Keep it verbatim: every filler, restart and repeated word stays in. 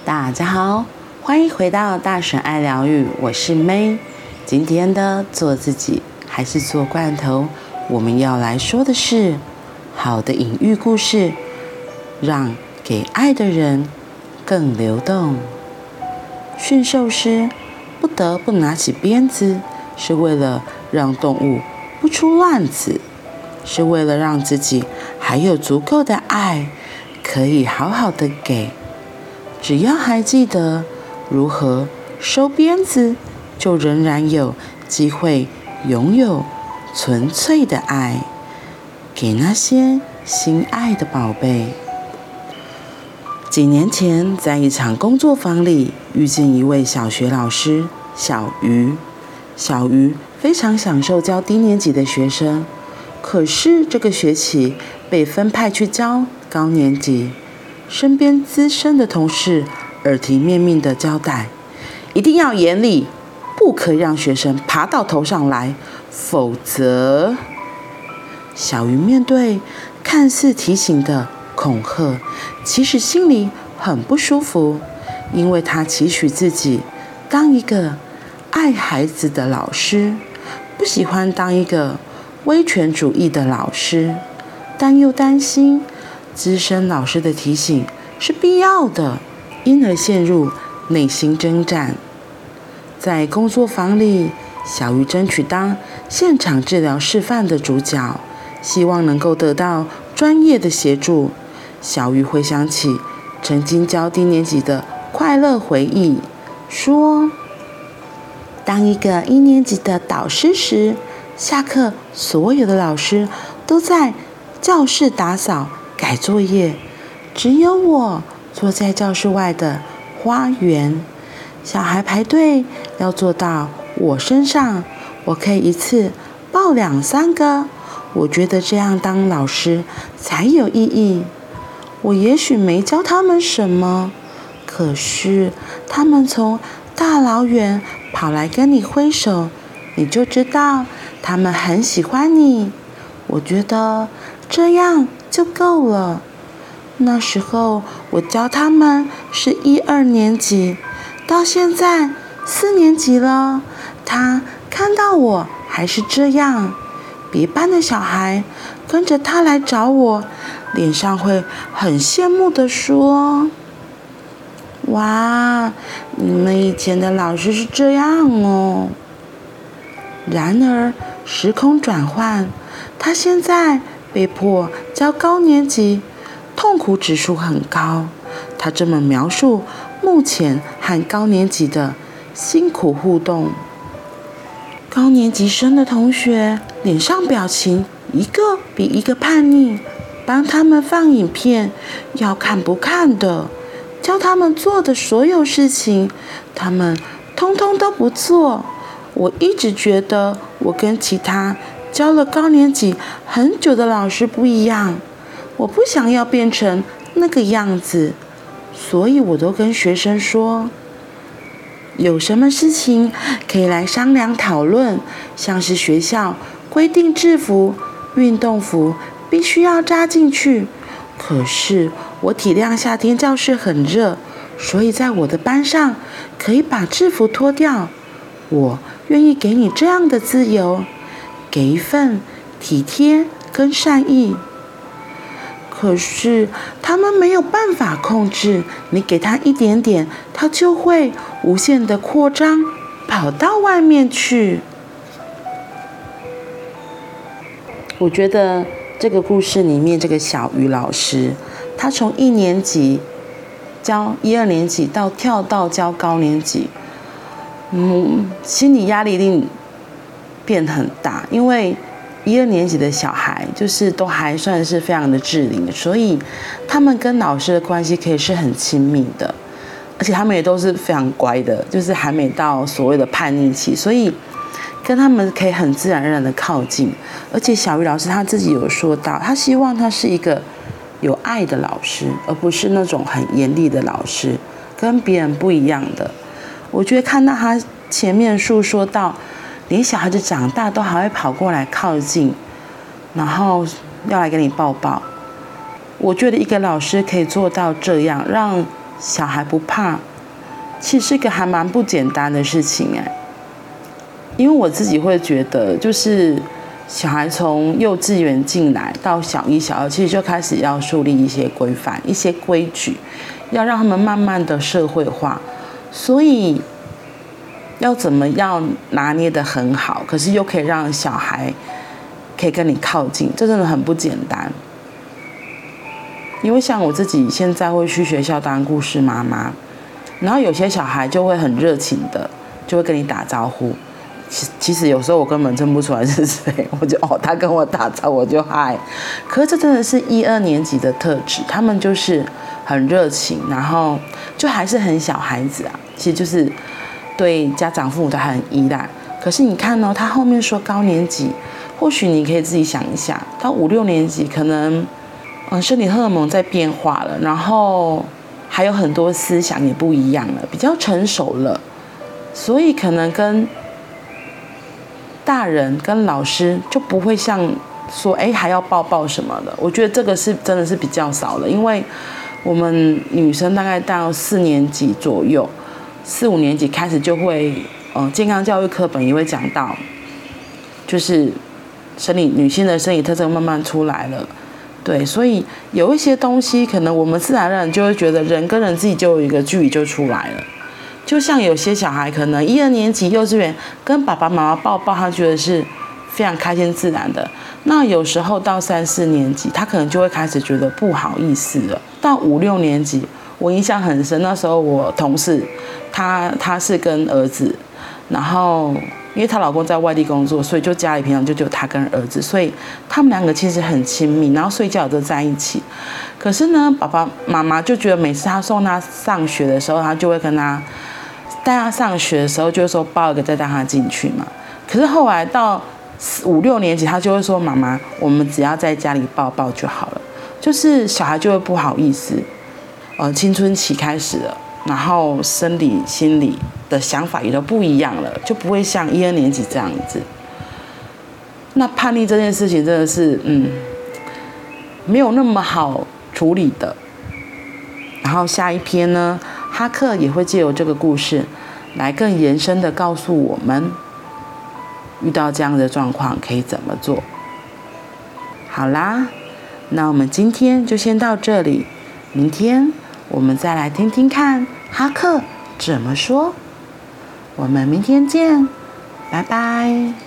大家好，欢迎回到大神爱疗愈，我是 May。今天的做自己还是做罐头，我们要来说的是好的隐喻故事，让给爱的人更流动。驯兽师不得不拿起鞭子，是为了让动物不出乱子，是为了让自己还有足够的爱，可以好好的给。只要还记得如何收鞭子，就仍然有机会拥有纯粹的爱，给那些心爱的宝贝。几年前，在一场工作坊里，遇见一位小学老师小鱼。小鱼非常享受教低年级的学生，可是这个学期被分派去教高年级。身边资深的同事耳提面命地交代，一定要严厉，不可以让学生爬到头上来，否则……小鱼面对看似提醒的恐吓，其实心里很不舒服，因为他期许自己当一个爱孩子的老师，不喜欢当一个威权主义的老师，但又担心资深老师的提醒是必要的，因而陷入内心征战。在工作坊里，小鱼争取当现场治疗示范的主角，希望能够得到专业的协助。小鱼回想起曾经教低年级的快乐回忆，说：当一个一年级的导师时，下课所有的老师都在教室打扫改作业，只有我坐在教室外的花园。小孩排队要坐到我身上，我可以一次抱两三个。我觉得这样当老师才有意义。我也许没教他们什么，可是他们从大老远跑来跟你挥手，你就知道他们很喜欢你。我觉得这样就够了。那时候我教他们是一二年级，到现在四年级了，他看到我还是这样。别班的小孩跟着他来找我，脸上会很羡慕地说：哇，你们以前的老师是这样哦。然而时空转换，他现在被迫教高年级，痛苦指数很高。他这么描述目前和高年级的辛苦互动。高年级生的同学脸上表情一个比一个叛逆，帮他们放影片，要看不看的，教他们做的所有事情，他们通通都不做。我一直觉得我跟其他教了高年级很久的老师不一样，我不想要变成那个样子，所以我都跟学生说，有什么事情可以来商量讨论，像是学校规定制服、运动服必须要扎进去，可是我体谅夏天教室很热，所以在我的班上可以把制服脱掉。我愿意给你这样的自由，给一份体贴跟善意。可是他们没有办法控制，你给他一点点，他就会无限的扩张，跑到外面去。我觉得这个故事里面，这个小鱼老师，他从一年级教一二年级到跳到教高年级，嗯，心理压力一定变很大，因为一二年级的小孩就是都还算是非常的智龄，所以他们跟老师的关系可以是很亲密的，而且他们也都是非常乖的，就是还没到所谓的叛逆期，所以跟他们可以很自然而然的靠近。而且小鱼老师他自己有说到，他希望他是一个有爱的老师，而不是那种很严厉的老师，跟别人不一样的。我觉得看到他前面述说到，连小孩子长大都还会跑过来靠近，然后要来给你抱抱。我觉得一个老师可以做到这样，让小孩不怕，其实是一个还蛮不简单的事情哎。因为我自己会觉得，就是小孩从幼稚园进来到小一、小二，其实就开始要树立一些规范、一些规矩，要让他们慢慢的社会化。所以要怎么样拿捏得很好，可是又可以让小孩可以跟你靠近，这真的很不简单。因为像我自己现在会去学校当故事妈妈，然后有些小孩就会很热情的，就会跟你打招呼。其实有时候我根本认不出来是谁，我就哦，他跟我打招呼我就嗨。可是这真的是一二年级的特质，他们就是很热情，然后就还是很小孩子啊，其实就是对家长父母都还很依赖。可是你看哦，他后面说高年级，或许你可以自己想一下，到五六年级可能嗯生理荷尔蒙在变化了，然后还有很多思想也不一样了，比较成熟了，所以可能跟大人跟老师就不会像说哎还要抱抱什么的。我觉得这个是真的是比较少了，因为我们女生大概到四年级左右，四五年级开始就会呃健康教育课本也会讲到，就是生理女性的生理特征慢慢出来了。对，所以有一些东西可能我们自然而然就会觉得人跟人自己就有一个距离就出来了。就像有些小孩可能一二年级幼稚园跟爸爸妈妈抱抱，他觉得是非常开心自然的。那有时候到三四年级，他可能就会开始觉得不好意思了。到五六年级，我印象很深，那时候我同事，他他是跟儿子，然后因为她老公在外地工作，所以就家里平常就只有他跟儿子，所以他们两个其实很亲密，然后睡觉都在一起。可是呢，爸爸妈妈就觉得每次他送他上学的时候，他就会跟他带他上学的时候，就会说抱一个再带他进去嘛。可是后来到五六年级，他就会说妈妈，我们只要在家里抱抱就好了。就是小孩就会不好意思，呃，青春期开始了，然后生理心理的想法也都不一样了，就不会像一二年级这样子。那叛逆这件事情真的是嗯没有那么好处理的。然后下一篇呢，哈克也会借由这个故事来更延伸的告诉我们，遇到这样的状况可以怎么做。好啦，那我们今天就先到这里，明天我们再来听听看哈克怎么说。我们明天见，拜拜。